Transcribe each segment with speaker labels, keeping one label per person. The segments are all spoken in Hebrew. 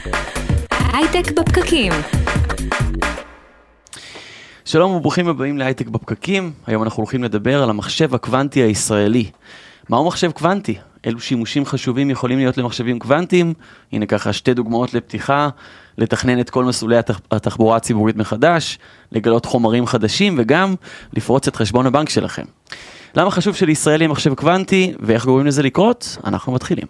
Speaker 1: הייטק בפקקים.
Speaker 2: שלום וברוכים הבאים להייטק בפקקים. היום אנחנו הולכים לדבר על המחשב הקוונטי הישראלי. מהו מחשב קוונטי? אילו שימושים חשובים יכולים להיות למחשבים קוונטיים? הנה ככה שתי דוגמאות לפתיחה, לתכנן את כל מסלולי התחבורה הציבורית מחדש, לגלות חומרים חדשים וגם לפרוץ את חשבון הבנק שלכם. למה חשוב שלישראל יהיה מחשב קוונטי ואיך גורמים לזה לקרות? אנחנו מתחילים.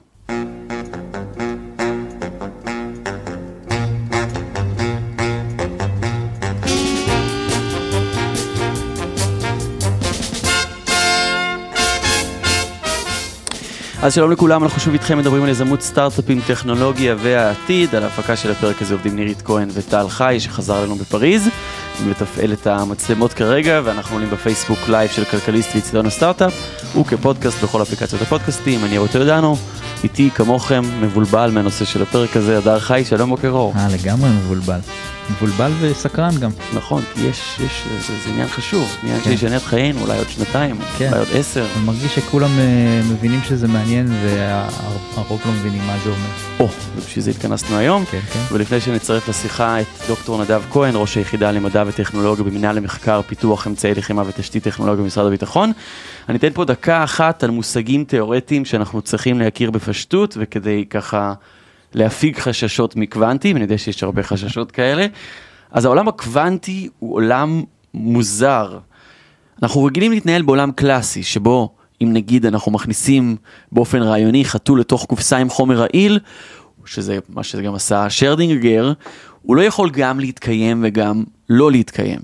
Speaker 2: אז שלום לכולם, אנחנו שוב איתכם מדברים על יזמות סטארט-אפים, טכנולוגיה והעתיד. על ההפקה של הפרק הזה עובדים נירית כהן וטל חי שחזר לנו בפריז ומתפעל את המצלמות כרגע, ואנחנו עולים בפייסבוק לייב של כלכליסט ואצטדיון הסטארט-אפ וכפודקאסט בכל אפליקציות הפודקאסטים. אני רוטו יודענו, איתי כמוכם מבולבל מהנושא של הפרק הזה, הדר חי, שלום בוקר אור.
Speaker 3: לגמרי מבולבל וסקרן גם.
Speaker 2: נכון, כי זה עניין חשוב, עניין שישנה את חיינו, אולי עוד שנתיים, אולי עוד 10.
Speaker 3: אני מרגיש שכולם מבינים שזה מעניין והרוב לא מבינים מה זה אומר.
Speaker 2: ובשביל זה התכנסנו היום, ולפני שנצרף לשיחה את דוקטור נדב כהן, ראש היחידה למדע וטכנולוגיה במינהל למחקר, פיתוח, אמצעי לחימה ותשתית טכנולוגיה במשרד הביטחון. אני אתן פה דקה אחת על מושגים תיאורטיים שאנחנו צריכים להכיר בפשטות, וכדי ככה להפיג חששות מקוונטי, ואני יודע שיש הרבה חששות כאלה. אז העולם הקוונטי הוא עולם מוזר. אנחנו רגילים להתנהל בעולם קלאסי, שבו אם נגיד אנחנו מכניסים באופן רעיוני חתול לתוך קופסה עם חומר רעיל, שזה מה שזה גם עשה שרדינגר, הוא לא יכול גם להתקיים וגם לא להתקיים.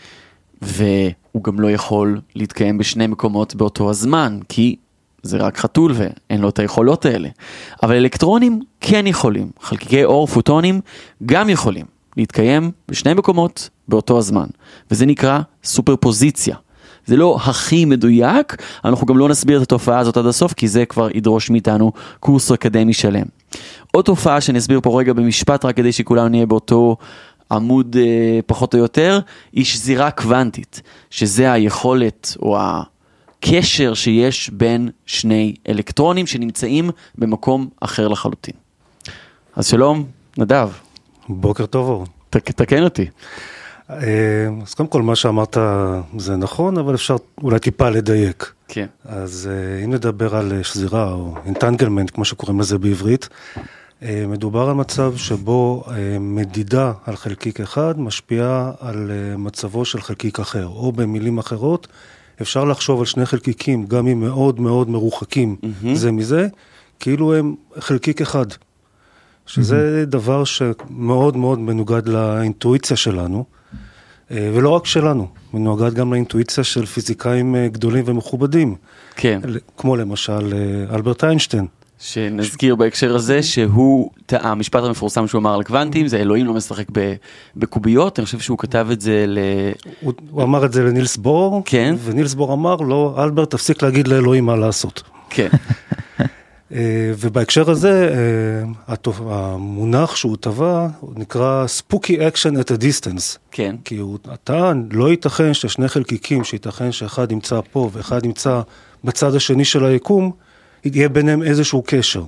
Speaker 2: והוא גם לא יכול להתקיים בשני מקומות באותו הזמן, כי זה רק חתול ואין לו את היכולות האלה. אבל אלקטרונים כן יכולים, חלקיקי אור, פוטונים גם יכולים להתקיים בשני מקומות באותו הזמן. וזה נקרא סופרפוזיציה. זה לא הכי מדויק, אנחנו גם לא נסביר את התופעה הזאת עד הסוף, כי זה כבר ידרוש מאיתנו קורס אקדמי שלם. עוד תופעה שנסביר פה רגע במשפט, רק כדי שכולנו נהיה באותו עמוד פחות או יותר, היא שזירה קוונטית, שזה היכולת או הקשר שיש בין שני אלקטרונים שנמצאים במקום אחר לחלוטין. אז שלום, נדב.
Speaker 4: בוקר טוב אור.
Speaker 2: תקן אותי.
Speaker 4: אז קודם כל מה שאמרת זה נכון, אבל אפשר אולי טיפה לדייק.
Speaker 2: כן.
Speaker 4: אז אם נדבר על שזירה או אינטנגלמנט, כמו שקוראים לזה בעברית, מדובר על מצב שבו מדידה על חלקיק אחד משפיעה על מצבו של חלקיק אחר, או במילים אחרות, אפשר לחשוב על שני חלקיקים, גם אם מאוד מאוד מרוחקים זה מזה, כאילו הם חלקיק אחד. שזה דבר שמאוד מאוד מנוגד לאינטואיציה שלנו, ולא רק שלנו, מנוגד גם לאינטואיציה של פיזיקאים גדולים ומכובדים.
Speaker 2: כן.
Speaker 4: כמו למשל אלברט איינשטיין.
Speaker 2: שנזכיר בהקשר הזה שהוא, המשפט המפורסם שהוא אמר על קוונטים, זה אלוהים לא משחק בקוביות, אני חושב שהוא כתב את זה
Speaker 4: הוא אמר את זה לנילס בור,
Speaker 2: כן.
Speaker 4: ונילס בור אמר לו, אלברט תפסיק להגיד לאלוהים מה לעשות.
Speaker 2: כן.
Speaker 4: ובהקשר הזה, המונח שהוא טבע, הוא נקרא spooky action at a distance.
Speaker 2: כן.
Speaker 4: כי אתה לא ייתכן ששני חלקיקים, שייתכן שאחד נמצא פה ואחד נמצא בצד השני של היקום, יהיה ביניהם איזשהו קשר.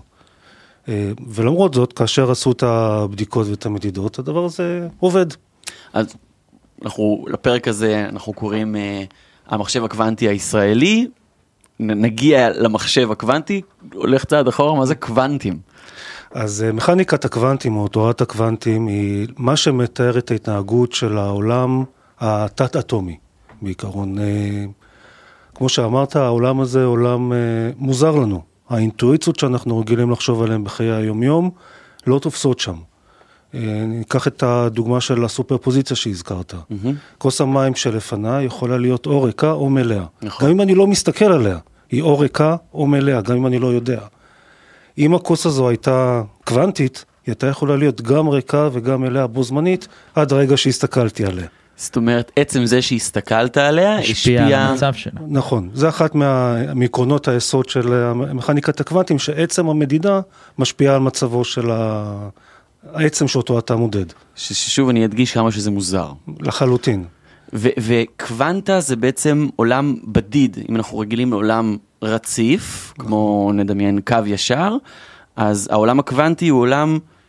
Speaker 4: ולמרות זאת, כאשר עשו את הבדיקות ואת המדידות, הדבר הזה עובד.
Speaker 2: אז לפרק הזה אנחנו קוראים המחשב הקוונטי הישראלי, נגיע למחשב הקוונטי, הולך צעד אחורה, מה זה קוונטים?
Speaker 4: אז מכניקת הקוונטים או תורת הקוונטים היא מה שמתאר את ההתנהגות של העולם התת-אטומי. בעיקרון, כמו שאמרת, העולם הזה עולם מוזר לנו. האינטואיציות שאנחנו רגילים לחשוב עליהן בחיי היום-יום לא תופסות שם. ניקח את הדוגמה של הסופרפוזיציה שהזכרת. כוס המים שלפנה יכולה להיות או ריקה או מלאה. גם אם אני לא מסתכל עליה, היא או ריקה או מלאה, גם אם אני לא יודע. אם הכוס הזו הייתה קוונטית, היא הייתה יכולה להיות גם ריקה וגם מלאה בו זמנית, עד הרגע שהסתכלתי עליה.
Speaker 2: זאת אומרת, עצם זה שהסתכלת עליה, השפיע
Speaker 3: על המצב שלה.
Speaker 4: נכון, זה אחת מעקרונות היסוד של מכניקת הקוונטים, שעצם המדידה משפיעה על מצבו של העצם שאותו אתה מודד.
Speaker 2: ששוב אני אדגיש כמה שזה מוזר.
Speaker 4: לחלוטין.
Speaker 2: וקוונטה זה בעצם עולם בדיד, אם אנחנו רגילים לעולם רציף, כמו נדמיין קו ישר, אז העולם הקוונטי הוא עולם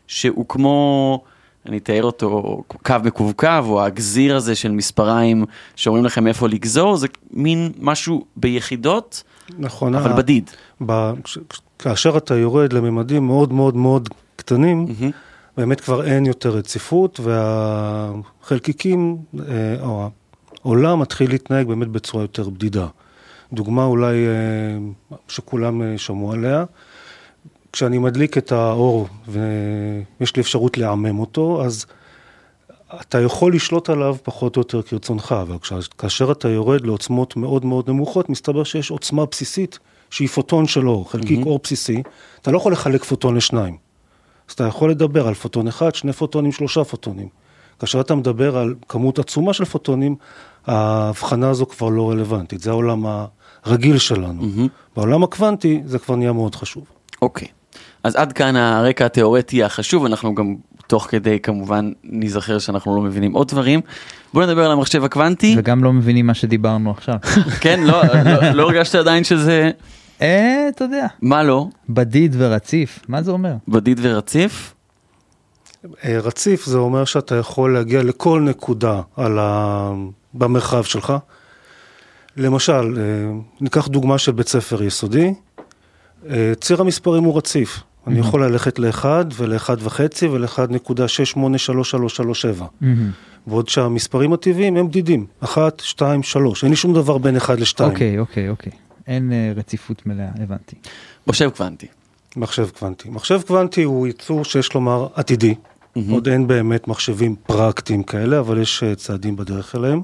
Speaker 2: שהוא כמו, אני אתאר אותו, קו מקווקו, או הגזיר הזה של מספריים שאומרים לכם איפה לגזור, זה מין משהו ביחידות,
Speaker 4: נכון,
Speaker 2: אבל בדיד.
Speaker 4: כאשר אתה יורד לממדים מאוד מאוד מאוד קטנים, באמת כבר אין יותר רציפות, והחלקיקים, או העולם מתחיל להתנהג באמת בצורה יותר בדידה. דוגמה אולי שכולם שמעו עליה, כשאני מדליק את האור ויש לי אפשרות לעמם אותו, אז אתה יכול לשלוט עליו פחות או יותר כרצונך, אבל כאשר אתה יורד לעוצמות מאוד מאוד נמוכות, מסתבר שיש עוצמה בסיסית שהיא פוטון של אור, חלקיק אור בסיסי, אתה לא יכול לחלק פוטון לשניים. אז אתה יכול לדבר על פוטון אחד, 2 פוטונים, 3 פוטונים. כאשר אתה מדבר על כמות עצומה של פוטונים, ההבחנה הזו כבר לא רלוונטית, זה העולם הרגיל שלנו. בעולם הקוונטי זה כבר נהיה מאוד חשוב.
Speaker 2: אוקיי, אז עד כאן הרקע התיאורטי החשוב, אנחנו גם תוך כדי כמובן נזכר שאנחנו לא מבינים עוד דברים. בואו נדבר על המחשב הקוונטי.
Speaker 3: וגם לא מבינים מה שדיברנו עכשיו.
Speaker 2: כן, לא הרגשת עדיין שזה...
Speaker 3: אתה יודע.
Speaker 2: מה לא?
Speaker 3: בדיד ורציף, מה זה אומר?
Speaker 2: בדיד ורציף?
Speaker 4: רציף זה אומר שאתה יכול להגיע לכל נקודה במרחב שלך. למשל, ניקח דוגמה של בית ספר יסודי, ציר המספרים הוא רציף. אני יכול ללכת ל-1 ול-1.5 ול-1.683337. ועוד שהמספרים הטבעיים הם בדידים. 1, 2, 3. אין לי שום דבר בין 1 ל-2.
Speaker 3: אוקיי. אין רציפות מלאה, הבנתי.
Speaker 2: מחשב קוונטי.
Speaker 4: מחשב קוונטי הוא ייצור שיש לומר עתידי. עוד אין באמת מחשבים פרקטיים כאלה, אבל יש צעדים בדרך אליהם,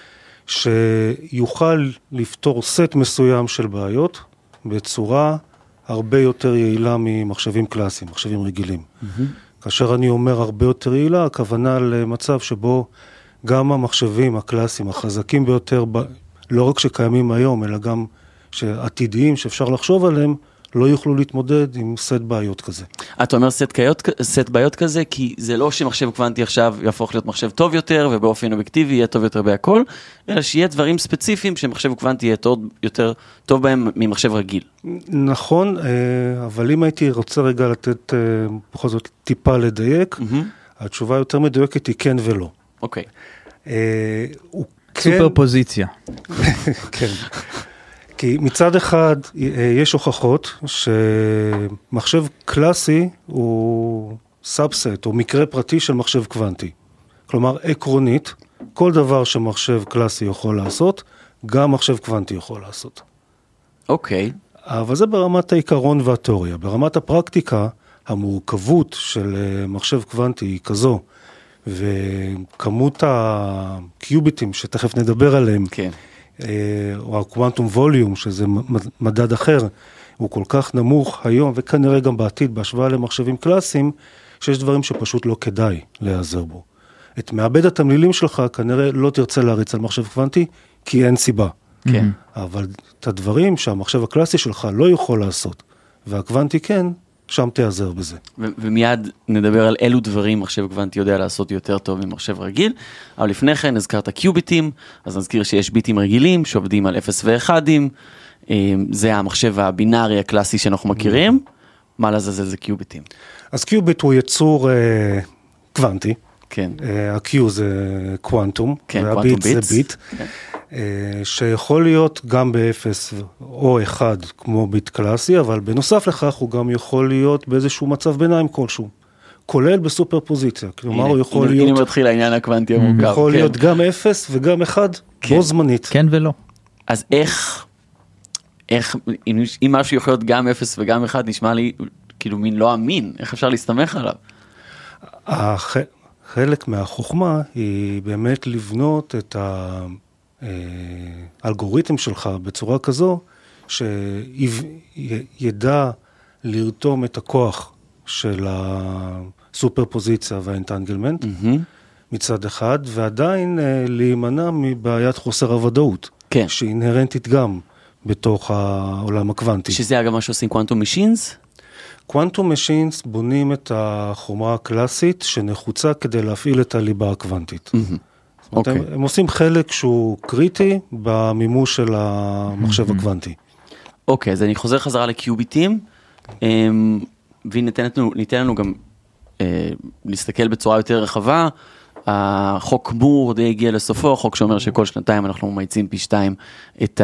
Speaker 4: שיוכל לפתור סט מסוים של בעיות בצורה הרבה יותר יעילה ממחשבים קלאסיים, מחשבים רגילים. כאשר אני אומר הרבה יותר יעילה, הכוונה למצב שבו גם המחשבים הקלאסיים, החזקים ביותר, לא רק שקיימים היום, אלא גם שעתידיים שאפשר לחשוב עליהם, לא יוכלו להתמודד עם סט בעיות כזה.
Speaker 2: אתה אומר סט בעיות כזה, כי זה לא שמחשב קוונטי עכשיו יהפוך להיות מחשב טוב יותר, ובאופן אובייקטיבי יהיה טוב יותר בהכל, אלא שיהיה דברים ספציפיים שמחשב קוונטי יהיה יותר טוב בהם ממחשב רגיל.
Speaker 4: נכון, אבל אם הייתי רוצה רגע לתת בכל זאת טיפה לדייק, התשובה יותר מדויקת היא כן ולא.
Speaker 2: אוקיי.
Speaker 3: סופר פוזיציה.
Speaker 4: כן. כי מצד אחד יש הוכחות שמחשב קלאסי הוא סאבסט או מקרה פרטי של מחשב קוונטי. כלומר, עקרונית, כל דבר שמחשב קלאסי יכול לעשות, גם מחשב קוונטי יכול לעשות.
Speaker 2: אוקיי.
Speaker 4: אבל זה ברמת העיקרון והתיאוריה. ברמת הפרקטיקה, המורכבות של מחשב קוונטי היא כזו, וכמות הקיוביטים שתכף נדבר עליהם,
Speaker 2: כן.
Speaker 4: או הקוונטום ווליום, שזה מדד אחר, הוא כל כך נמוך היום, וכנראה גם בעתיד, בהשוואה למחשבים קלאסיים, שיש דברים שפשוט לא כדאי להיעזר בו. את מעבד התמלילים שלך, כנראה לא תרצה להריץ על מחשב קוונטי, כי אין סיבה.
Speaker 2: כן.
Speaker 4: אבל את הדברים שהמחשב הקלאסי שלך לא יכול לעשות, והקוונטי כן, שם תיעזר בזה.
Speaker 2: ומיד נדבר על אילו דברים מחשב קוונטי יודע לעשות יותר טוב ממחשב רגיל, אבל לפני כן נזכרת קיוביטים, אז נזכיר שיש ביטים רגילים שעובדים על 0 ו-1, זה המחשב הבינארי הקלאסי שאנחנו מכירים, מה לזלזל זה קיוביטים? אז
Speaker 4: קיוביט הוא יצור קוונטי,
Speaker 2: כן.
Speaker 4: ה-Q זה קוונטום,
Speaker 2: כן,
Speaker 4: והביט זה ביט, שיכול להיות גם ב-0 או 1 כמו ביט קלאסי, אבל בנוסף לכך הוא גם יכול להיות באיזשהו מצב ביניים כלשהו, כולל בסופר פוזיציה, כלומר הוא יכול להיות...
Speaker 2: הנה מתחיל העניין הקוונטי המורכב.
Speaker 4: יכול להיות גם 0 וגם 1 בו זמנית.
Speaker 3: כן ולא.
Speaker 2: אז איך, אם משהו יכול להיות גם 0 וגם 1, נשמע לי כאילו מין לא אמין, איך אפשר להסתמך עליו?
Speaker 4: חלק מהחוכמה היא באמת לבנות את האלגוריתם שלך בצורה כזו, שידע לרתום את הכוח של הסופר פוזיציה והאנטנגלמנט, מצד אחד, ועדיין להימנע מבעיית חוסר הוודאות,
Speaker 2: כן.
Speaker 4: שהיא אינהרנטית גם בתוך העולם הקוונטי.
Speaker 2: שזה אגב מה שעושים קוונטום משינס?
Speaker 4: קוונטום משינס בונים את החומרה הקלאסית שנחוצה כדי להפעיל את הליבה הקוונטית. הם עושים חלק שהוא קריטי במימוש של המחשב הקוונטי.
Speaker 2: אוקיי, אז אני חוזר חזרה לקיוביטים, וניתן לנו גם נסתכל בצורה יותר רחבה, החוק מור די הגיע לסופו, חוק שאומר שכל שנתיים אנחנו מייצים פי 2 את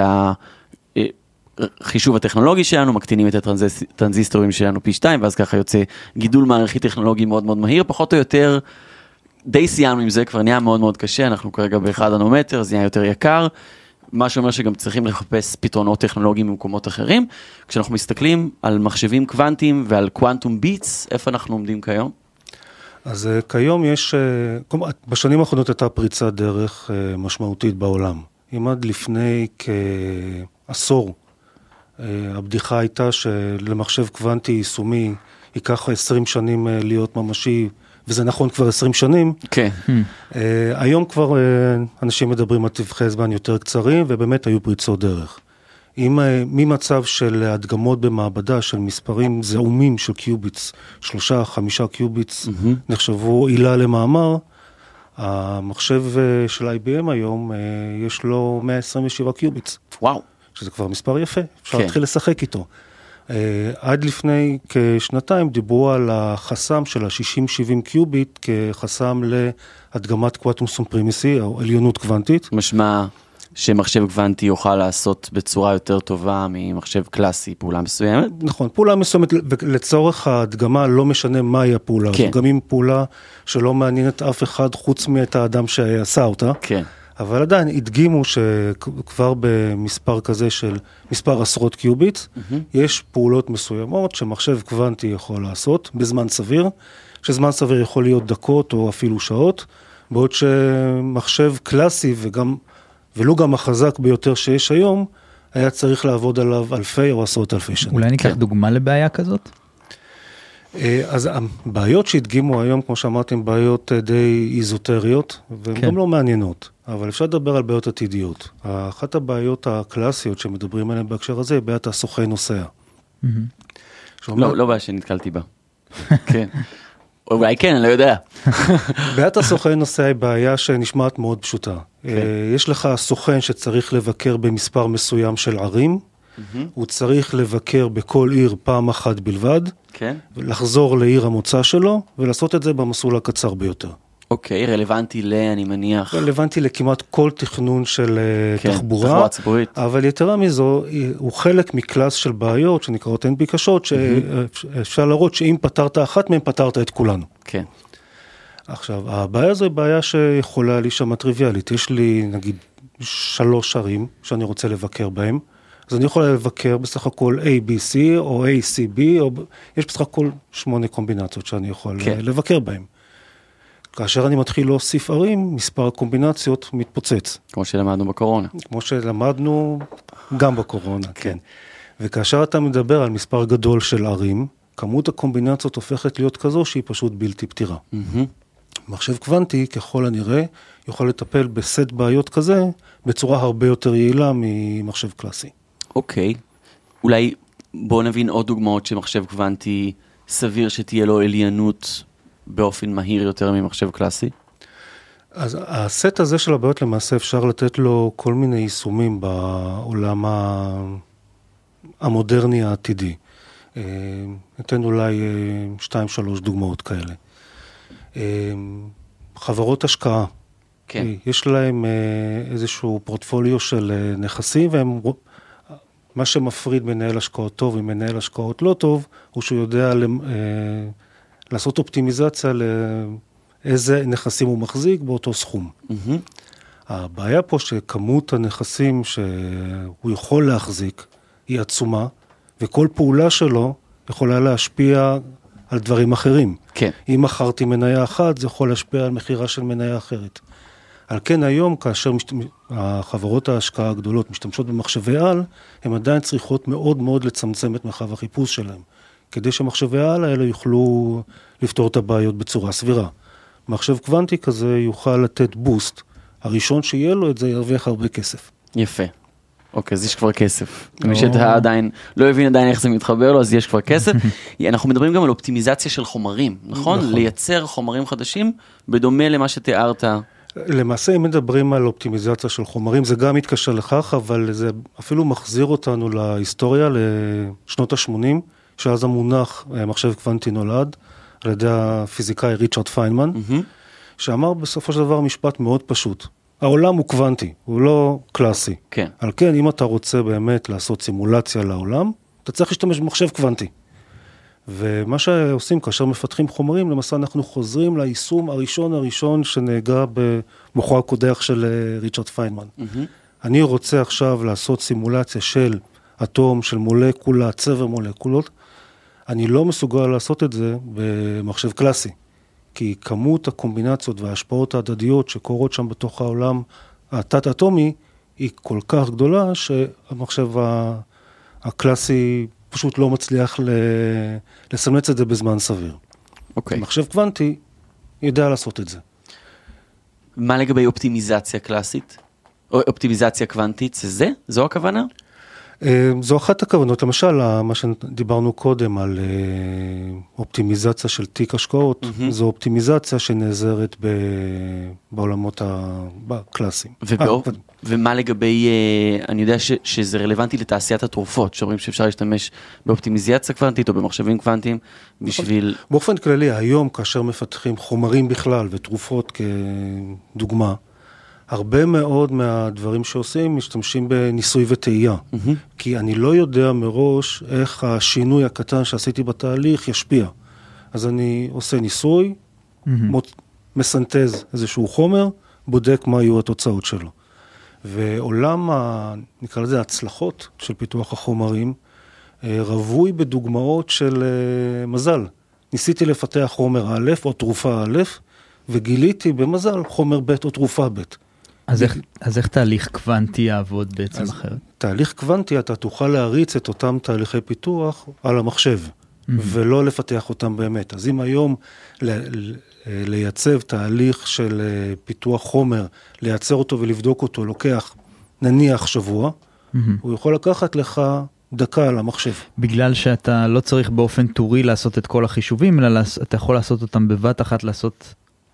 Speaker 2: החישוב הטכנולוגי שלנו, מקטינים את הטרנזיסטורים שלנו פי 2, ואז ככה יוצא גידול מערכי טכנולוגי מאוד מאוד מהיר, פחות או יותר די סיימנו עם זה, כבר נהיה מאוד מאוד קשה, אנחנו כרגע ב1 ננומטר, זה נהיה יותר יקר, מה שאומר שגם צריכים לחפש פתרונות טכנולוגיים במקומות אחרים. כשאנחנו מסתכלים על מחשבים קוונטיים ועל קוונטום ביטס, איפה אנחנו עומדים כיום?
Speaker 4: אז כיום יש, בשנים האחרונות הייתה פריצת דרך משמעותית בעולם. אם עד לפני כעשור, הבדיחה הייתה שלמחשב קוונטי יישומי ייקח 20 שנים להיות ממשי, וזה נכון כבר 20 שנים.
Speaker 2: כן.
Speaker 4: היום כבר אנשים מדברים על טווחי זמן יותר קצרים, ובאמת היו פריצות דרך. ממצב של הדגמות במעבדה של מספרים זעומים של קיוביטס, 3-5 קיוביטס נחשבו עילה למאמר, המחשב של IBM היום יש לו 127 קיוביטס.
Speaker 2: וואו.
Speaker 4: שזה כבר מספר יפה, אפשר להתחיל לשחק איתו. עד לפני כשנתיים דיברו על החסם של ה-60-70 קיוביט כחסם להדגמת קוואנטום סופרימסי או עליונות קוונטית.
Speaker 2: משמע שמחשב קוונטי יוכל לעשות בצורה יותר טובה ממחשב קלאסי פעולה מסוימת?
Speaker 4: נכון, פעולה מסוימת, ולצורך ההדגמה לא משנה מהי הפעולה.
Speaker 2: כן.
Speaker 4: גם אם פעולה שלא מעניינת אף אחד חוץ מאת האדם שעשה אותה.
Speaker 2: כן.
Speaker 4: אבל עדיין הדגימו שכבר במספר כזה של מספר עשרות קיוביט, יש פעולות מסוימות שמחשב קוונטי יכול לעשות בזמן סביר, שזמן סביר יכול להיות דקות או אפילו שעות, בעוד שמחשב קלאסי ולו גם החזק ביותר שיש היום, היה צריך לעבוד עליו אלפי או עשרות אלפי שנים.
Speaker 3: אולי ניקח דוגמה לבעיה כזאת?
Speaker 4: אז הבעיות שהדגימו היום, כמו שאמרתם, בעיות די איזוטריות, והן גם לא מעניינות, אבל אפשר לדבר על בעיות עתידיות. אחת הבעיות הקלאסיות שמדברים עליהן בהקשר הזה, היא בעיית הסוכן נוסע.
Speaker 2: לא בעיה שנתקלתי בה. כן. אולי כן, אני לא יודע.
Speaker 4: בעיית הסוכן נוסע היא בעיה שנשמעת מאוד פשוטה. יש לך סוכן שצריך לבקר במספר מסוים של ערים, הוא צריך לבקר בכל עיר פעם אחת בלבד, לחזור לעיר המוצא שלו, ולעשות את זה במסלול הקצר ביותר.
Speaker 2: אוקיי, רלוונטי אני מניח.
Speaker 4: רלוונטי לכמעט כל תכנון של תחבורה, אבל יתרה מזו, הוא חלק מקלאס של בעיות שנקראות NP קשות, שאפשר להראות שאם פתרת אחת מהם, פתרת את כולנו.
Speaker 2: כן.
Speaker 4: עכשיו, הבעיה הזו היא בעיה שיכולה להישמע טריוויאלית. יש לי, נגיד, 3 ערים שאני רוצה לבקר בהם, אז אני יכול לבקר בסך הכל ABC או ACB, יש בסך הכל 8 קומבינציות שאני יכול לבקר בהם. כאשר אני מתחיל להוסיף ערים, מספר הקומבינציות מתפוצץ.
Speaker 2: כמו שלמדנו בקורונה.
Speaker 4: כמו שלמדנו גם בקורונה, כן. וכאשר אתה מדבר על מספר גדול של ערים, כמות הקומבינציות הופכת להיות כזו שהיא פשוט בלתי פתירה. מחשב קוונטי, ככל הנראה, יוכל לטפל בסט בעיות כזה, בצורה הרבה יותר יעילה ממחשב קלאסי.
Speaker 2: אוקיי. אולי בואו נבין עוד דוגמאות שמחשב קוונטי סביר שתהיה לו עליינות באופן מהיר יותר ממחשב קלאסי?
Speaker 4: אז הסט הזה של הבעיות למעשה אפשר לתת לו כל מיני יישומים בעולם המודרני העתידי. ניתן אולי 2-3 דוגמאות כאלה. חברות השקעה.
Speaker 2: כן.
Speaker 4: יש להם איזשהו פורטפוליו של נכסים, מה שמפריד מנהל השקעות טוב ומנהל השקעות לא טוב, הוא שהוא יודע לעשות אופטימיזציה לאיזה נכסים הוא מחזיק באותו סכום. הבעיה פה שכמות הנכסים שהוא יכול להחזיק היא עצומה, וכל פעולה שלו יכולה להשפיע על דברים אחרים.
Speaker 2: כן.
Speaker 4: אם מכרתי מניה אחת, זה יכול להשפיע על מחירה של מניה אחרת. על כן היום, כאשר החברות ההשקעה הגדולות משתמשות במחשבי על, הן עדיין צריכות מאוד מאוד לצמצם את מרחב החיפוש שלהם, כדי שמחשבי העל האלה יוכלו לפתור את הבעיות בצורה סבירה. מחשב קוונטי כזה יוכל לתת בוסט, הראשון שיהיה לו את זה ירוויח הרבה כסף.
Speaker 2: יפה. אוקיי, אז יש כבר כסף. מי שאתה עדיין, לא הבין עדיין איך זה מתחבר לו, אז יש כבר כסף. אנחנו מדברים גם על אופטימיזציה של חומרים, נכון? לייצר חומרים חדשים, בדומה למה שתיארת.
Speaker 4: למעשה, אם מדברים על אופטימיזציה של חומרים, זה גם מתקשר לכך, אבל זה אפילו מחזיר אותנו להיסטוריה, לשנות ה-80, שאז המונח מחשב קוונטי נולד. על ידי הפיזיקאי ריצ'רד פיינמן, שאמר בסופו של דבר משפט מאוד פשוט. העולם הוא קוונטי, הוא לא קלאסי.
Speaker 2: כן.
Speaker 4: על כן, אם אתה רוצה באמת לעשות סימולציה לעולם, אתה צריך להשתמש במחשב קוונטי. ומה שעושים כאשר מפתחים חומרים, למעשה אנחנו חוזרים ליישום הראשון שנהגה במוחו הקודח של ריצ'רד פיינמן. אני רוצה עכשיו לעשות סימולציה של אטום, של מולקולה, צבר מולקולות. אני לא מסוגל לעשות את זה במחשב קלאסי, כי כמות הקומבינציות וההשפעות ההדדיות שקורות שם בתוך העולם התת-אטומי, היא כל כך גדולה שהמחשב הקלאסי פשוט לא מצליח לסמלץ את זה בזמן סביר.
Speaker 2: אוקיי.
Speaker 4: מחשב קוונטי יודע לעשות את זה.
Speaker 2: מה לגבי אופטימיזציה קלאסית? או אופטימיזציה קוונטית, זה זה? זו הכוונה?
Speaker 4: זו אחת הכוונות, למשל, מה שדיברנו קודם על אופטימיזציה של תיק השקעות, זו אופטימיזציה שנעזרת בעולמות הקלאסיים.
Speaker 2: ומה לגבי, אני יודע שזה רלוונטי לתעשיית התרופות, שאומרים שאפשר להשתמש באופטימיזציה קוונטית או במחשבים קוונטיים בשביל...
Speaker 4: באופן כללי, היום כאשר מפתחים חומרים בכלל ותרופות כדוגמה, הרבה מאוד מהדברים שעושים משתמשים בניסוי וטעייה, כי אני לא יודע מראש איך השינוי הקטן שעשיתי בתהליך ישפיע. אז אני עושה ניסוי, מסנטז איזשהו חומר, בודק מה יהיו התוצאות שלו. ועולם, נקרא לזה, ההצלחות של פיתוח החומרים, רבוי בדוגמאות של מזל. ניסיתי לפתח חומר א' או תרופה א', וגיליתי במזל חומר ב' או תרופה ב'.
Speaker 3: אז איך תהליך קוונטי יעבוד בעצם אחרת?
Speaker 4: תהליך קוונטי, אתה תוכל להריץ את אותם תהליכי פיתוח על המחשב, ולא לפתח אותם באמת. אז אם היום לייצב תהליך של פיתוח חומר, לייצר אותו ולבדוק אותו, לוקח נניח שבוע, הוא יכול לקחת לך דקה על המחשב.
Speaker 3: בגלל שאתה לא צריך באופן טורי לעשות את כל החישובים, אלא אתה יכול לעשות אותם בבת אחת, לעשות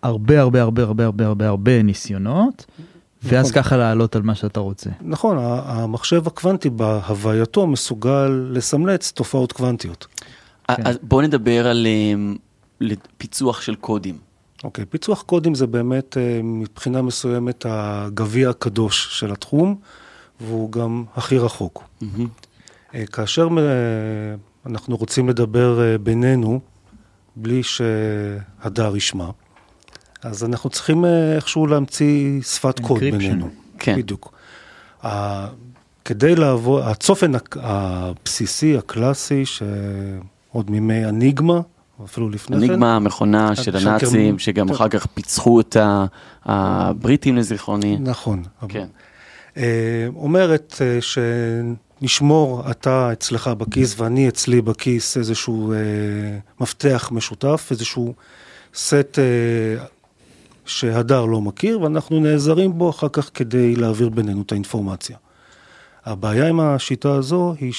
Speaker 3: הרבה ניסיונות, ואז ככה לעלות על מה שאתה רוצה.
Speaker 4: נכון, המחשב הקוונטי בהווייתו מסוגל לסמלץ תופעות קוונטיות.
Speaker 2: אז בואו נדבר על פיצוח של קודים.
Speaker 4: אוקיי, פיצוח קודים זה באמת מבחינה מסוימת הגביע הקדוש של התחום, והוא גם הכי רחוק. כאשר אנחנו רוצים לדבר בינינו, בלי שהדר ישמע, אז אנחנו צריכים איכשהו להמציא שפת קוד בינינו.
Speaker 2: כן.
Speaker 4: בדיוק. כדי לעבור, הצופן הבסיסי, הקלאסי, שעוד מימי אניגמה, אפילו לפני כן.
Speaker 2: אניגמה, המכונה של הנאצים, שגם אחר כך פיצחו את הבריטים לזיכרוני.
Speaker 4: נכון.
Speaker 2: כן.
Speaker 4: אומרת שנשמור אתה אצלך בכיס ואני אצלי בכיס איזשהו מפתח משותף, איזשהו סט שהדר לא מכיר, ואנחנו נעזרים בו אחר כך כדי להעביר בינינו את האינפורמציה. הבעיה עם השיטה הזו היא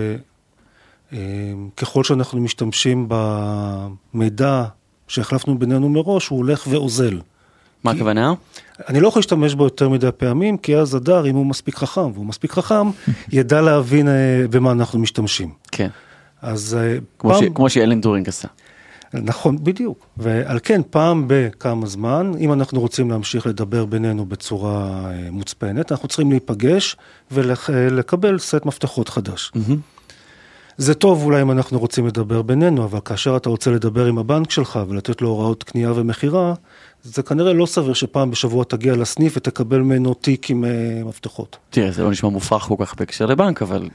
Speaker 4: שככל שאנחנו משתמשים במידע שהחלפנו בינינו מראש, הוא הולך ואוזל.
Speaker 2: מה הכוונה?
Speaker 4: אני לא יכול להשתמש בו יותר מדי פעמים, כי אז הדר, אם הוא מספיק חכם, והוא מספיק חכם, ידע להבין במה אנחנו משתמשים.
Speaker 2: כן.
Speaker 4: אז
Speaker 2: כמו שאלן טורינג עשה.
Speaker 4: נכון, בדיוק. ועל כן, פעם בכמה זמן, אם אנחנו רוצים להמשיך לדבר בינינו בצורה מוצפנת, אנחנו צריכים להיפגש ולקבל סט מפתחות חדש. זה טוב אולי אם אנחנו רוצים לדבר בינינו, אבל כאשר אתה רוצה לדבר עם הבנק שלך ולתת לו הוראות קנייה ומחירה, זה כנראה לא סביר שפעם בשבוע תגיע לסניף ותקבל ממנו תיק עם מפתחות.
Speaker 2: תראה, זה לא נשמע מופרך כל כך בהקשר לבנק, אבל...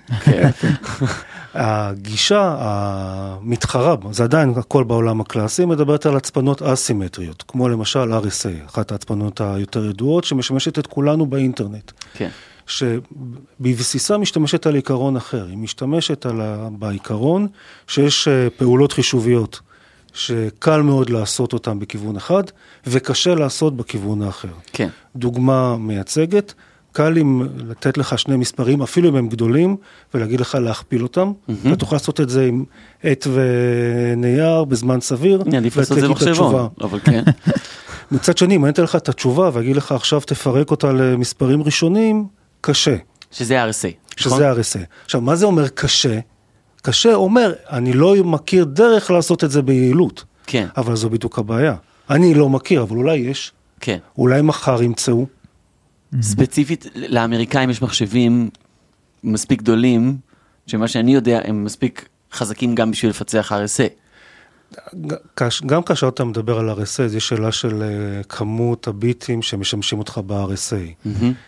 Speaker 4: הגישה המתחרה, זה עדיין הכל בעולם הקלאסי, מדברת על הצפנות אסימטריות, כמו למשל RSA, אחת ההצפנות היותר ידועות, שמשמשת את כולנו באינטרנט.
Speaker 2: כן.
Speaker 4: שבבסיסה משתמשת על עיקרון אחר, היא משתמשת בעיקרון שיש פעולות חישוביות, שקל מאוד לעשות אותן בכיוון אחד, וקשה לעשות בכיוון האחר.
Speaker 2: כן.
Speaker 4: דוגמה מייצגת, קל לתת לך שני מספרים, אפילו אם הם גדולים, ולהגיד לך להכפיל אותם. אתה תוכל לעשות את זה עם עט ונייר בזמן סביר,
Speaker 2: עדיף לעשות את זה במחשבון, אבל כן.
Speaker 4: מצד שני, אם אני אתן לך את התשובה, ואגיד לך עכשיו תפרק אותה למספרים ראשונים, קשה.
Speaker 2: שזה RSA.
Speaker 4: שזה RSA. עכשיו, מה זה אומר קשה? קשה אומר, אני לא מכיר דרך לעשות את זה ביעילות.
Speaker 2: כן.
Speaker 4: אבל זו בדיוק הבעיה. אני לא מכיר, אבל אולי יש.
Speaker 2: כן.
Speaker 4: אולי מחר ימצאו.
Speaker 2: ספציפית, לאמריקאים יש מחשבים מספיק גדולים, שמה שאני יודע, הם מספיק חזקים גם בשביל לפצח RSA.
Speaker 4: גם כאשר אתה מדבר על RSA, זו שאלה של כמות הביטים שמשמשים אותך ב-RSA.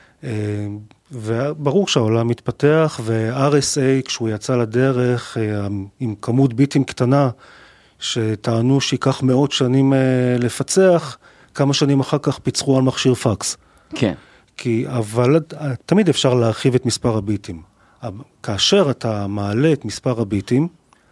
Speaker 4: וברור שהעולם מתפתח, ו-RSA, כשהוא יצא לדרך, עם כמות ביטים קטנה, שטענו שיקח מאות שנים לפצח, כמה שנים אחר כך פיצחו על מכשיר פקס.
Speaker 2: כן.
Speaker 4: אבל תמיד אפשר להרחיב את מספר הביטים. כאשר אתה מעלה את מספר הביטים,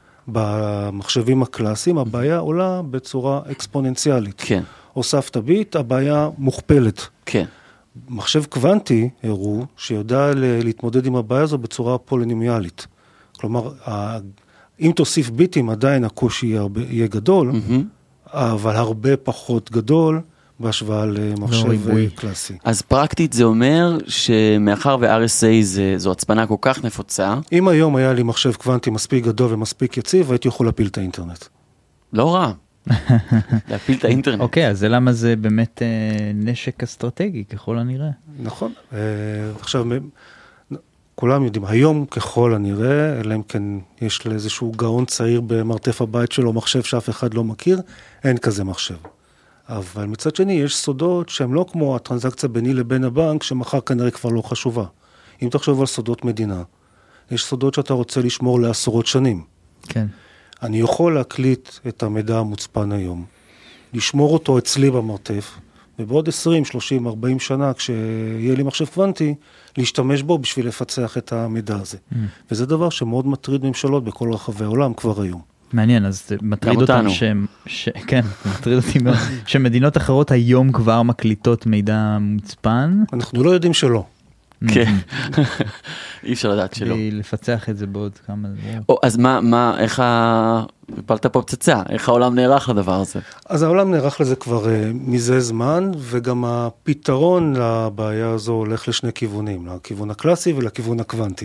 Speaker 4: במחשבים הקלאסיים, הבעיה עולה בצורה אקספוננציאלית.
Speaker 2: כן.
Speaker 4: הוספת ביט, הבעיה מוכפלת.
Speaker 2: כן.
Speaker 4: מחשב קוונטי, הראו, שיודע להתמודד עם הבעיה הזו בצורה פולינומיאלית. כלומר, אם תוסיף ביטים, עדיין הקושי יהיה גדול, אבל הרבה פחות גדול בהשוואה למחשב קלאסי.
Speaker 2: אז פרקטית זה אומר שמאחר ו-RSA זו הצפנה כל כך נפוצה.
Speaker 4: אם היום היה לי מחשב קוונטי מספיק גדול ומספיק יציב, הייתי יכול להפיל את האינטרנט.
Speaker 2: לא רע. להפיל את האינטרנט.
Speaker 3: אוקיי, אז למה זה באמת נשק אסטרטגי, ככל הנראה?
Speaker 4: נכון. עכשיו, כולם יודעים, היום ככל הנראה, אלא אם כן יש לאיזשהו גאון צעיר במרתף הבית שלו, מחשב שאף אחד לא מכיר, אין כזה מחשב. אבל מצד שני, יש סודות שהם לא כמו הטרנזקציה ביני לבין הבנק, שמחר כנראה כבר לא חשובה. אם תחשוב על סודות מדינה, יש סודות שאתה רוצה לשמור לעשרות שנים.
Speaker 3: כן.
Speaker 4: אני יכול להקליט את המידע המוצפן היום, לשמור אותו אצלי במרתף, ובעוד 20, 30, 40 שנה, כשיהיה לי מחשב קוונטי, להשתמש בו בשביל לפצח את המידע הזה. וזה דבר שמאוד מטריד ממשלות בכל רחבי העולם כבר היום.
Speaker 3: מעניין, אז זה מטריד אותנו כן, מטריד אותי מאוד, שמדינות אחרות היום כבר מקליטות מידע מוצפן.
Speaker 4: אנחנו לא יודעים שלא.
Speaker 2: כן, אי אפשר לדעת שלא.
Speaker 3: לפצח את זה בעוד כמה...
Speaker 2: אז מה, איך הפלת פה פצצה? איך העולם נערך לדבר הזה?
Speaker 4: אז העולם נערך לזה כבר מזה זמן, וגם הפתרון לבעיה הזו הולך לשני כיוונים, לכיוון הקלאסי ולכיוון הקוונטי.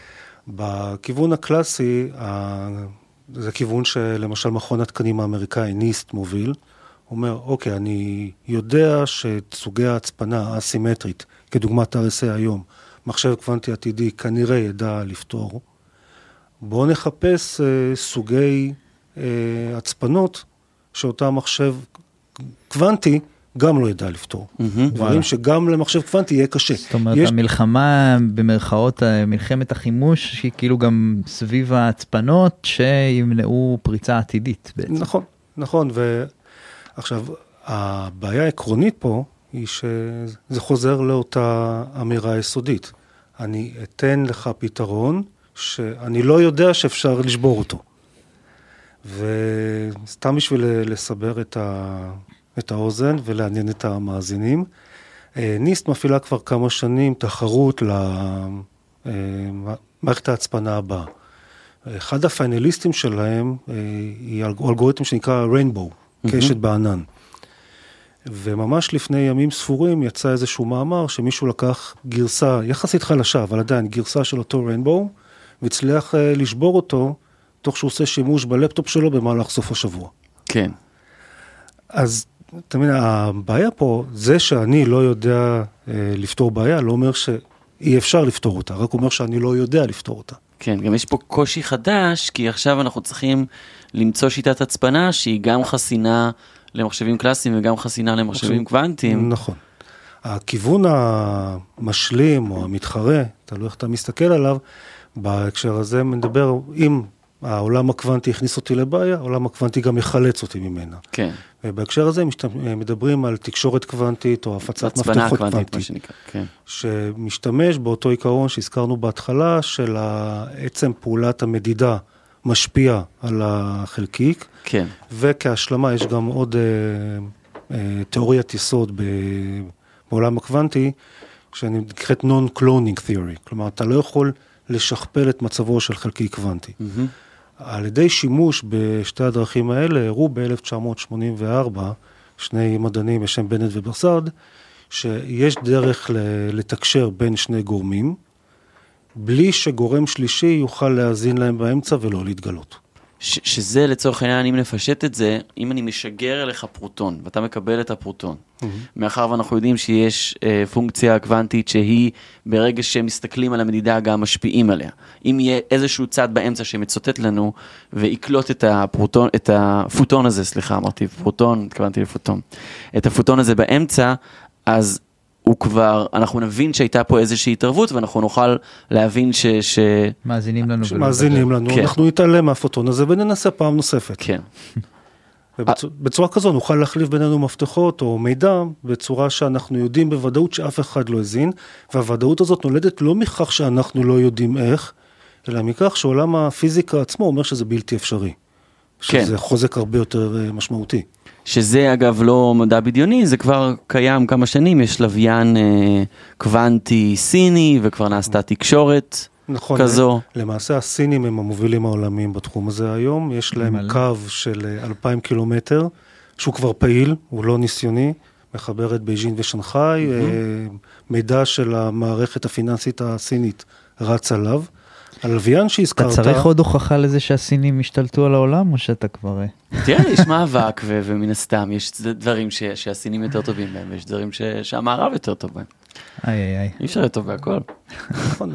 Speaker 4: בכיוון הקלאסי, זה כיוון שלמשל מכון התקנים האמריקאי, ניסט, מוביל, אומר, אוקיי, אני יודע שסוגי ההצפנה האסימטרית, כדוגמת RSA היום, מחשב קוונטי עתידי כנראה ידע לפתור. בואו נחפש סוגי הצפנות שאותה מחשב קוונטי גם לא ידע לפתור. דברים שגם למחשב קוונטי יהיה קשה.
Speaker 3: זאת אומרת, המלחמה במרכאות, מלחמת החימוש, שהיא כאילו גם סביב ההצפנות שימנעו פריצה עתידית בעצם.
Speaker 4: נכון, נכון. ועכשיו, הבעיה העקרונית פה, היא שזה חוזר לאותה אמירה יסודית. אני אתן לך פתרון שאני לא יודע שאפשר לשבור אותו. וסתם בשביל לסבר את האוזן ולעניין את המאזינים, ניסט מפעילה כבר כמה שנים תחרות למערכת ההצפנה הבאה. אחד הפיינליסטים שלהם היא אלגוריתם שנקרא ריינבואו, קשת בענן. וממש לפני ימים ספורים יצא איזשהו מאמר שמישהו לקח גרסה יחסית חלשה, אבל עדיין גרסה של אותו ריינבואו, והצליח לשבור אותו תוך שהוא עושה שימוש בלפטופ שלו במהלך סוף השבוע.
Speaker 2: כן.
Speaker 4: אז תמיד, הבעיה פה, זה שאני לא יודע לפתור בעיה, לא אומר שאי אפשר לפתור אותה, רק אומר שאני לא יודע לפתור אותה.
Speaker 2: כן, גם יש פה קושי חדש, כי עכשיו אנחנו צריכים למצוא שיטת הצפנה שהיא גם חסינה למחשבים קלאסיים וגם חסינה למחשבים קוונטיים.
Speaker 4: נכון. הכיוון המשלים או המתחרה, תלוי איך אתה מסתכל עליו, בהקשר הזה מדבר, אם העולם הקוונטי הכניס אותי לבעיה, העולם הקוונטי גם יחלץ אותי ממנה.
Speaker 2: כן.
Speaker 4: ובהקשר הזה מדברים על תקשורת קוונטית או הפצת מפתחות קוונטית,
Speaker 2: כן.
Speaker 4: שמשתמש באותו עיקרון שהזכרנו בהתחלה, של עצם פעולת המדידה משפיע על החלקיק,
Speaker 2: כן.
Speaker 4: וכהשלמה יש גם עוד תיאוריית יסוד בעולם הקוונטי, שנקראת non-cloning theory, כלומר אתה לא יכול לשכפל את מצבו של חלקיק קוונטי. על ידי שימוש בשתי הדרכים האלה, הראו ב-1984, שני מדענים בשם בנט וברסארד, שיש דרך לתקשר בין שני גורמים, בלי שגורם שלישי יוכל להאזין להם באמצע ולא להתגלות.
Speaker 2: שזה לצורך העניין, אם נפשט את זה, אם אני משגר אליך פרוטון, ואתה מקבל את הפרוטון, מאחר ואנחנו יודעים שיש פונקציה קוונטית שהיא, ברגע שמסתכלים על המדידה, גם משפיעים עליה. אם יהיה איזשהו צד באמצע שמצוטט לנו, ויקלוט את הפרוטון, את הפוטון הזה, סליחה, אמרתי פרוטון, התכוונתי לפוטון. את הפוטון הזה באמצע, אז הוא כבר, אנחנו נבין שהייתה פה איזושהי התערבות, ואנחנו נוכל להבין
Speaker 3: מאזינים לנו.
Speaker 4: מאזינים לנו,
Speaker 2: כן.
Speaker 4: אנחנו נתעלם מהפוטון הזה, וננסה פעם נוספת.
Speaker 2: כן.
Speaker 4: בצורה כזו נוכל להחליף בינינו מפתחות או מידע, בצורה שאנחנו יודעים בוודאות שאף אחד לא הזין, והוודאות הזאת נולדת לא מכך שאנחנו לא יודעים איך, אלא מכך שעולם הפיזיקה עצמו אומר שזה בלתי אפשרי.
Speaker 2: כן.
Speaker 4: שזה חוזק הרבה יותר משמעותי.
Speaker 2: שזה אגב לא מדע בדיוני, זה כבר קיים כמה שנים, יש לוויין קוונטי סיני, וכבר נעשתה תקשורת
Speaker 4: נכון,
Speaker 2: כזו.
Speaker 4: למעשה הסינים הם המובילים העולמיים בתחום הזה היום, יש להם קו של 2,000 קילומטר, שהוא כבר פעיל, הוא לא ניסיוני, מחבר את בייג'ין ושנגחאי, מידע של המערכת הפיננסית הסינית רץ עליו. הלוויין שהזכרת...
Speaker 3: אתה צריך עוד הוכחה לזה שהסינים השתלטו על העולם, או שאתה כבר...
Speaker 2: תראה, יש מאבק, ומן הסתם יש דברים שהסינים יותר טובים בהם, ויש דברים שהמערב יותר טוב בהם. אי אפשר להיות טוב בהכל.
Speaker 4: נכון,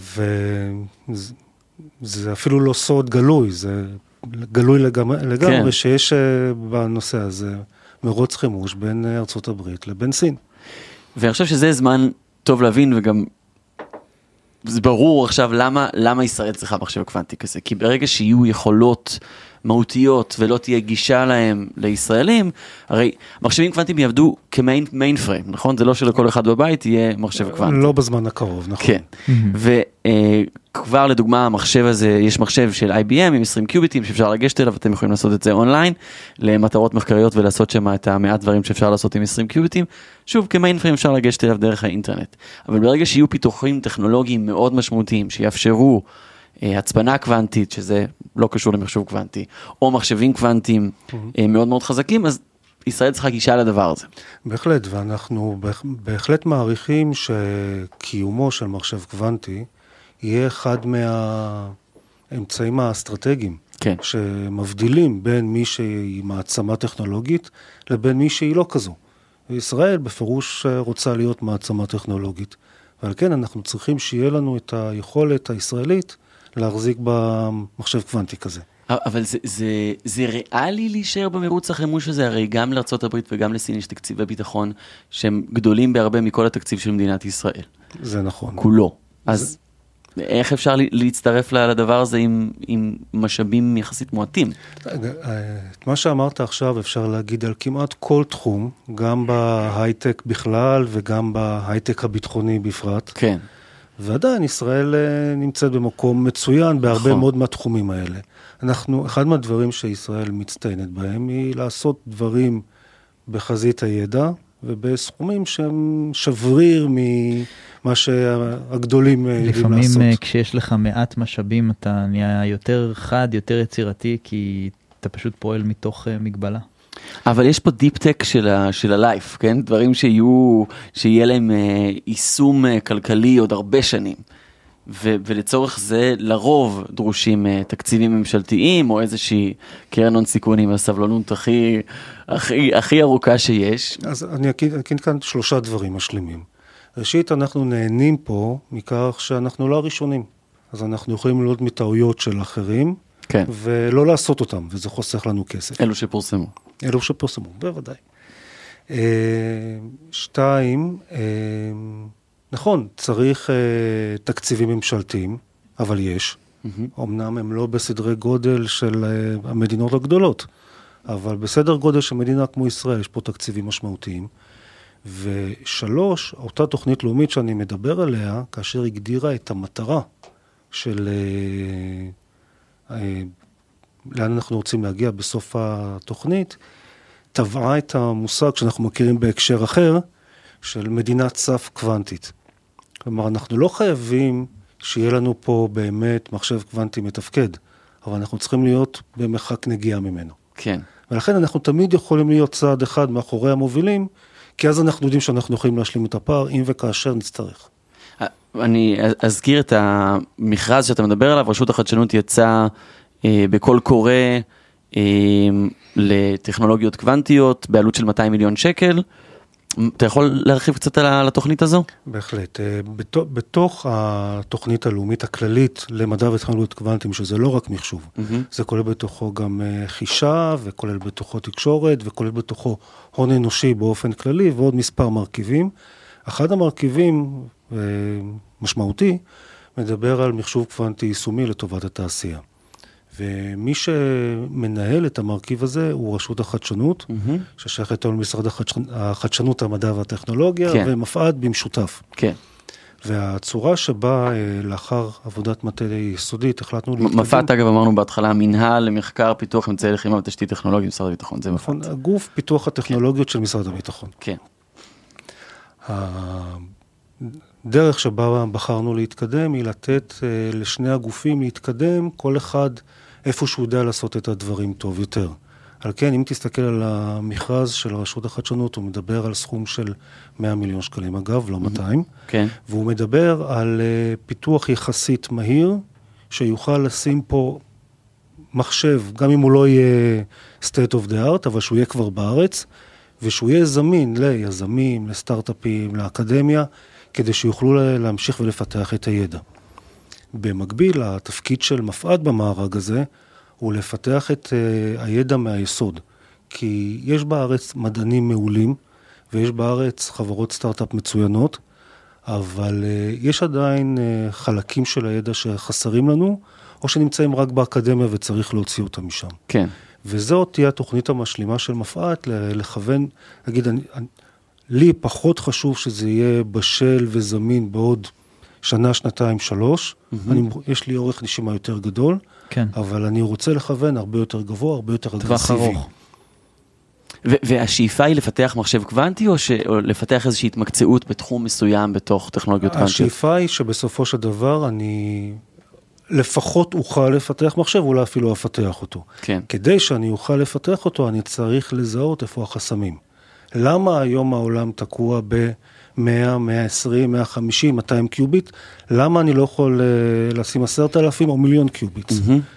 Speaker 4: וזה אפילו לא סוד גלוי, זה גלוי לגמרי שיש בנושא הזה מרוץ חימוש בין ארצות הברית לבין סין.
Speaker 2: ואני חושב שזה זמן טוב להבין, וגם זה ברור עכשיו למה ישראל צריכה מחשב קוונטי כזה, כי ברגע שיהיו יכולות מהותיות ולא תהיה גישה להם לישראלים, הרי מחשבים קוונטיים יעבדו כמיין פריים, נכון? זה לא שלכל אחד בבית יהיה מחשב קוונטי.
Speaker 4: לא בזמן הקרוב, נכון.
Speaker 2: כן, וכבר לדוגמה המחשב הזה, יש מחשב של IBM עם 20 קיוביטים שאפשר לגשת אליו, אתם יכולים לעשות את זה אונליין, למטרות מחקריות ולעשות שם את המעט דברים שאפשר לעשות עם 20 קיוביטים, שוב כמיין פריים אפשר לגשת אליו דרך האינטרנט, אבל ברגע שיהיו פיתוחים טכנולוגיים מאוד משמעותיים, שיאפשרו הצפנה קוונטית, שזה לא קשור למחשב קוונטי, או מחשבים קוונטיים מאוד מאוד חזקים, אז ישראל צריכה גישה לדבר הזה.
Speaker 4: בהחלט, ואנחנו בהחלט מעריכים שקיומו של מחשב קוונטי יהיה אחד מהאמצעים האסטרטגיים, כן. שמבדילים בין מי שהיא מעצמה טכנולוגית לבין מי שהיא לא כזו. וישראל בפירוש רוצה להיות מעצמה טכנולוגית, ועל כן אנחנו צריכים שיהיה לנו את היכולת הישראלית להחזיק במחשב קוונטי כזה.
Speaker 2: אבל זה ריאלי להישאר במרוץ החימוש הזה, הרי גם לארצות הברית וגם לסין יש תקציבי ביטחון שהם גדולים בהרבה מכל התקציב של מדינת ישראל.
Speaker 4: זה נכון.
Speaker 2: כולו. אז איך אפשר להצטרף לדבר הזה עם משאבים יחסית מועטים?
Speaker 4: את מה שאמרת עכשיו אפשר להגיד על כמעט כל תחום, גם בהייטק בכלל וגם בהייטק הביטחוני בפרט. כן. ועדיין ישראל נמצאת במקום מצוין בהרבה מאוד מהתחומים האלה. אחד מהדברים שישראל מצטיינת בהם היא לעשות דברים בחזית הידע, ובסכומים שהם שבריר ממה שהגדולים יודעים לעשות.
Speaker 3: לפעמים כשיש לך מעט משאבים אתה נהיה יותר חד, יותר יצירתי, כי אתה פשוט פועל מתוך מגבלה.
Speaker 2: אבל יש פה דיפ-טק של הלייף, כן? דברים שיהיה להם יישום כלכלי עוד הרבה שנים. ולצורך זה לרוב דרושים תקציבים ממשלתיים, או איזושהי קרן הון סיכונים, הסבלנות הכי ארוכה שיש.
Speaker 4: אז אני אגיד כאן 3 דברים משלימים. ראשית, אנחנו נהנים פה מכך שאנחנו לא הראשונים. אז אנחנו יכולים ללמוד מטעויות של אחרים, כן. ולא לעשות אותם, וזה חוסך לנו כסף.
Speaker 2: אלו שפורסמו.
Speaker 4: בוודאי. 2, נכון, צריך תקציבים ממשלתיים, אבל יש. אמנם הם לא בסדרי גודל של המדינות הגדולות, אבל בסדר גודל של מדינה כמו ישראל, יש פה תקציבים משמעותיים. 3, אותה תוכנית לאומית שאני מדבר עליה, כאשר הגדירה את המטרה של לאן אנחנו רוצים להגיע בסוף התוכנית, טבעה את המושג שאנחנו מכירים בהקשר אחר, של מדינת סף קוונטית. כלומר, אנחנו לא חייבים שיהיה לנו פה באמת מחשב קוונטי מתפקד, אבל אנחנו צריכים להיות במרחק נגיעה ממנו.
Speaker 2: כן.
Speaker 4: ולכן אנחנו תמיד יכולים להיות צעד אחד מאחורי המובילים, כי אז אנחנו יודעים שאנחנו יכולים להשלים את הפער, אם וכאשר נצטרך.
Speaker 2: אני אזכיר את המכרז שאתה מדבר עליו, רשות החדשנות יצא בכל קורא לטכנולוגיות קוונטיות בעלות של 200 מיליון שקל. אתה יכול להרחיב קצת על התוכנית הזו?
Speaker 4: בהחלט. בתוך התוכנית הלאומית הכללית למדע וטכנולוגיות קוונטיים, שזה לא רק מחשוב, זה כולל בתוכו גם חישה, וכולל בתוכו תקשורת, וכולל בתוכו הון אנושי באופן כללי, ועוד מספר מרכיבים. אחד המרכיבים משמעותי, מדבר על מחשוב קוונטי יישומי לטובת התעשייה. ומי שמנהל את המרכיב הזה הוא רשות החדשנות, ששייכת היום למשרד החדשנות, המדע והטכנולוגיה, ומפעד במשותף.
Speaker 2: כן.
Speaker 4: והצורה שבה לאחר עבודת מטה יסודית החלטנו להתקדם.
Speaker 2: מפעד, אגב, אמרנו בהתחלה, מנהל למחקר פיתוח אמצעי לחימה ותשתית טכנולוגית במשרד הביטחון, זה מפעד.
Speaker 4: הגוף פיתוח הטכנולוגיות של משרד הביטחון.
Speaker 2: כן.
Speaker 4: הדרך שבה בחרנו להתקדם היא לתת לשני הגופים להתקדם, כל אחד איפה שהוא יודע לעשות את הדברים טוב יותר. על כן, אם תסתכל על המכרז של רשות החדשנות, הוא מדבר על סכום של 100 מיליון שקלים, אגב, לא 200.
Speaker 2: כן.
Speaker 4: והוא מדבר על פיתוח יחסית מהיר, שיוכל לשים פה מחשב, גם אם הוא לא יהיה state of the art, אבל שהוא יהיה כבר בארץ, ושהוא יהיה זמין ליזמים, לסטארט-אפים, לאקדמיה, כדי שיוכלו להמשיך ולפתח את הידע. במקביל, התפקיד של מפעד במארג הזה, הוא לפתח את הידע מהיסוד. כי יש בארץ מדענים מעולים, ויש בארץ חברות סטארט-אפ מצוינות, אבל יש עדיין חלקים של הידע שחסרים לנו, או שנמצאים רק באקדמיה וצריך להוציא אותם משם.
Speaker 2: כן.
Speaker 4: וזאת תהיה התוכנית המשלימה של מפעד, לכוון, נגיד, לי פחות חשוב שזה יהיה בשל וזמין בעוד שנה, שנתיים, 3. יש לי אורך נשימה יותר גדול,
Speaker 3: כן.
Speaker 4: אבל אני רוצה לכוון הרבה יותר גבוה, הרבה יותר אגרסיבי.
Speaker 3: ארוך.
Speaker 2: והשאיפה היא לפתח מחשב קוונטי, או לפתח איזושהי התמקצעות בתחום מסוים בתוך טכנולוגיות קוונטיות?
Speaker 4: השאיפה היא שבסופו של דבר אני לפחות אוכל לפתח מחשב, אולי אפילו אפתח אותו.
Speaker 2: כן.
Speaker 4: כדי שאני אוכל לפתח אותו, אני צריך לזהות איפה החסמים. למה היום העולם תקוע ב-100, 120, 150, 200 קיוביט? למה אני לא יכול לשים 10,000 או מיליון קיוביט?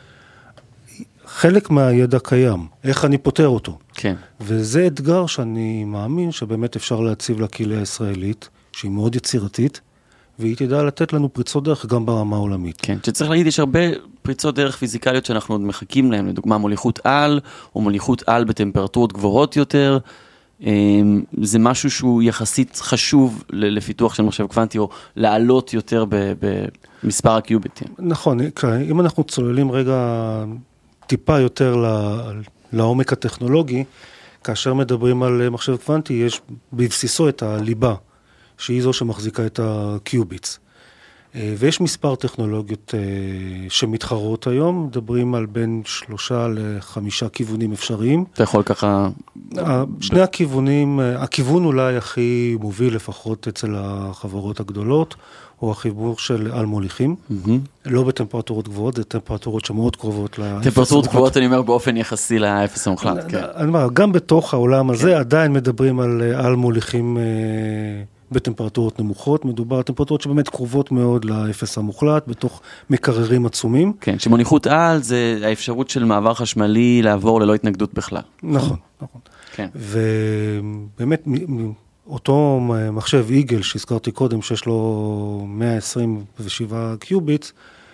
Speaker 4: חלק מהידע קיים, איך אני פותר אותו.
Speaker 2: כן.
Speaker 4: וזה אתגר שאני מאמין שבאמת אפשר להציב לקהילה הישראלית, שהיא מאוד יצירתית, והיא תדע לתת לנו פריצות דרך גם ברמה העולמית.
Speaker 2: כן, שצריך להגיד, יש הרבה פריצות דרך פיזיקליות שאנחנו עוד מחכים להם, לדוגמה מוליכות על, או מוליכות על בטמפרטורות גבוהות יותר, זה משהו שהוא יחסית חשוב לפיתוח של מחשב קוונטי, או לעלות יותר במספר הקיוביטים.
Speaker 4: נכון, אם אנחנו צוללים רגע טיפה יותר לעומק הטכנולוגי, כאשר מדברים על מחשב קוונטי, יש בבסיסו את הליבה, שהיא זו שמחזיקה את הקיוביטס. ויש מספר טכנולוגיות שמתחרות היום, מדברים על בין 3 ל5 כיוונים אפשריים.
Speaker 2: אתה יכול ככה...
Speaker 4: שני הכיוונים, הכיוון אולי הכי מוביל לפחות אצל החברות הגדולות, הוא החיבור של על מוליכים, לא בטמפרטורות גבוהות, זה טמפרטורות שמאוד קרובות לאפס המוחלט.
Speaker 2: טמפרטורות גבוהות, אני אומר, באופן יחסי לאפס המוחלט, כן.
Speaker 4: אני אומר, גם בתוך העולם הזה עדיין מדברים על מוליכים בטמפרטורות נמוכות, מדובר על טמפרטורות שבאמת קרובות מאוד לאפס המוחלט, בתוך מקררים עצומים.
Speaker 2: כן, שמוליכות על זה האפשרות של מעבר חשמלי לעבור ללא התנגדות בכלל.
Speaker 4: נכון, נכון.
Speaker 2: כן.
Speaker 4: ובאמת, אותו מחשב איגל שהזכרתי קודם, שיש לו 127 קיוביט,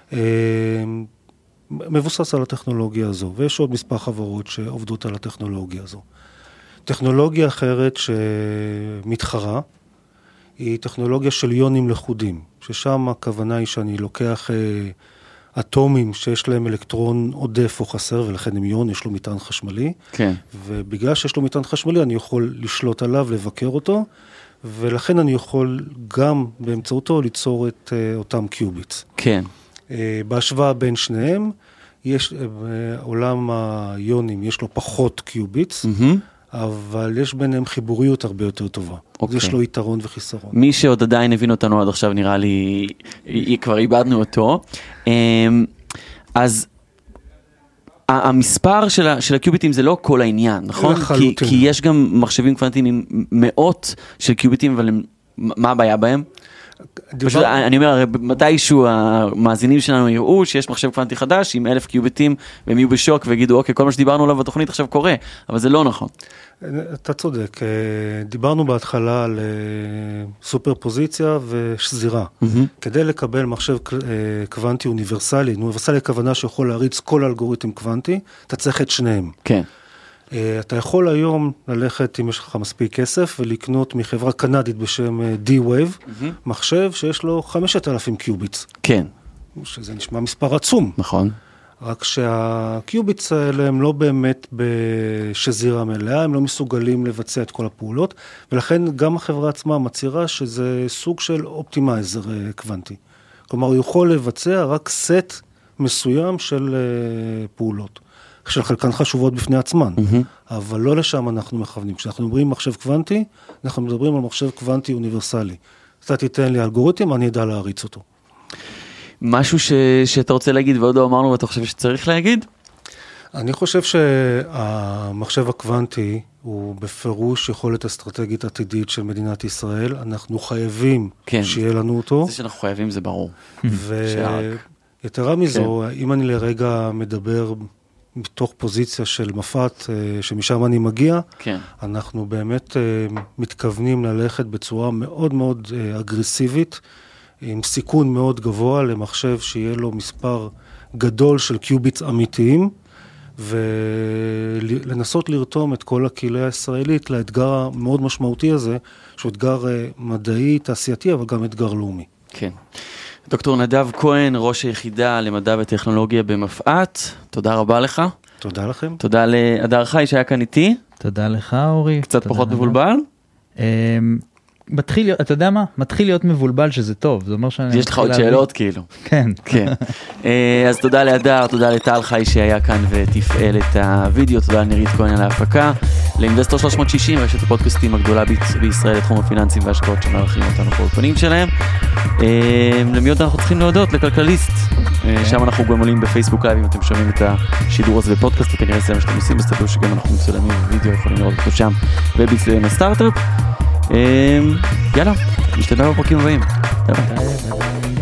Speaker 4: מבוסס על הטכנולוגיה הזו, ויש עוד מספר חברות שעובדות על הטכנולוגיה הזו. טכנולוגיה אחרת שמתחרה, היא טכנולוגיה של יונים לחודים, ששם הכוונה היא שאני לוקח אטומים שיש להם אלקטרון עודף או חסר, ולכן הם יון, יש לו מטען חשמלי,
Speaker 2: כן.
Speaker 4: ובגלל שיש לו מטען חשמלי, אני יכול לשלוט עליו, לבקר אותו, ולכן אני יכול גם באמצעותו ליצור את אותם קיוביטס.
Speaker 2: כן.
Speaker 4: בהשוואה בין שניהם, יש עולם היונים, יש לו פחות קיוביטס, אבל יש ביניהם חיבוריות הרבה יותר טובה. יש לו יתרון וחיסרון.
Speaker 2: מי שעוד עדיין הבין אותנו עד עכשיו, נראה לי, כבר איבדנו אותו. אז המספר של הקיוביטים זה לא כל העניין, נכון? כי יש גם מחשבים קוונטיים עם מאות של קיוביטים, אבל מה הבעיה בהם? אני אומר, מתישהו המאזינים שלנו יראו שיש מחשב קוונטי חדש עם 1000 קיוביטים, והם יהיו בשוק ויגידו, אוקיי, כל מה שדיברנו עליו בתוכנית עכשיו קורה, אבל זה לא נכון.
Speaker 4: אתה צודק, דיברנו בהתחלה על סופר פוזיציה ושזירה. כדי לקבל מחשב קוונטי אוניברסלי, אוניברסלי הכוונה שיכול להריץ כל אלגוריתם קוונטי, אתה צריך את שניהם.
Speaker 2: כן.
Speaker 4: אתה יכול היום ללכת, אם יש לך מספיק כסף, ולקנות מחברה קנדית בשם D-Wave, מחשב שיש לו 5,000 קיוביטס.
Speaker 2: כן.
Speaker 4: שזה נשמע מספר עצום.
Speaker 2: נכון.
Speaker 4: רק שהקיוביטס האלה הם לא באמת בשזירה מלאה, הם לא מסוגלים לבצע את כל הפעולות, ולכן גם החברה עצמה מצהירה שזה סוג של אופטימייזר קוונטי. כלומר, הוא יכול לבצע רק סט מסוים של פעולות. של חלקן חשובות בפני עצמן, אבל לא לשם אנחנו מכוונים. כשאנחנו מדברים מחשב קוונטי, אנחנו מדברים על מחשב קוונטי אוניברסלי. אתה תיתן לי אלגוריתם, אני אדע להריץ אותו.
Speaker 2: משהו שאתה רוצה להגיד ועוד לא אמרנו ואתה חושב שצריך להגיד?
Speaker 4: אני חושב שהמחשב הקוונטי הוא בפירוש יכולת אסטרטגית עתידית של מדינת ישראל. אנחנו חייבים שיהיה לנו אותו.
Speaker 2: זה שאנחנו חייבים זה ברור.
Speaker 4: ויתרה מזו, אם אני לרגע מדבר מתוך פוזיציה של מפת, שמשם אני מגיע, אנחנו באמת מתכוונים ללכת בצורה מאוד מאוד אגרסיבית, עם סיכון מאוד גבוה למחשב שיהיה לו מספר גדול של קיוביטס אמיתיים, ולנסות לרתום את כל הקהילה הישראלית לאתגר המאוד משמעותי הזה, שהוא אתגר מדעי, תעשייתי, אבל גם אתגר לאומי.
Speaker 2: כן. דוקטור נדב כהן, ראש היחידה למדע וטכנולוגיה במפא"ת, תודה רבה לך.
Speaker 4: תודה לכם.
Speaker 2: תודה להדר חי שהיה כאן איתי.
Speaker 3: תודה לך, אורי.
Speaker 2: קצת פחות מבולבל?
Speaker 3: אתה יודע מה? מתחיל להיות מבולבל שזה טוב. זה אומר שאני...
Speaker 2: יש לך עוד שאלות כאילו.
Speaker 3: כן.
Speaker 2: כן. אז תודה להדר, תודה לטל חי שהיה כאן ותפעל את הוידאו, תודה לנירית כהן על ההפקה, לאינבסטור 360, רשת הפודקאסטים הגדולה בישראל לתחום הפיננסים וההשקעות שמארחים אותנו באולפנים שלהם. למי עוד אנחנו צריכים להודות? לכלכליסט, שם אנחנו גם עולים בפייסבוק לייב, אם אתם שומעים את השידור הזה בפודקאסט, וכנראה זה מה שאתם עושים, אז תדעו שגם אנחנו מצולמים בווידאו, יכולים לראות אותו שם, ובצלם הסטארט-אפ. יאללה, נשתדל בפרקים הבאים. ביי ביי.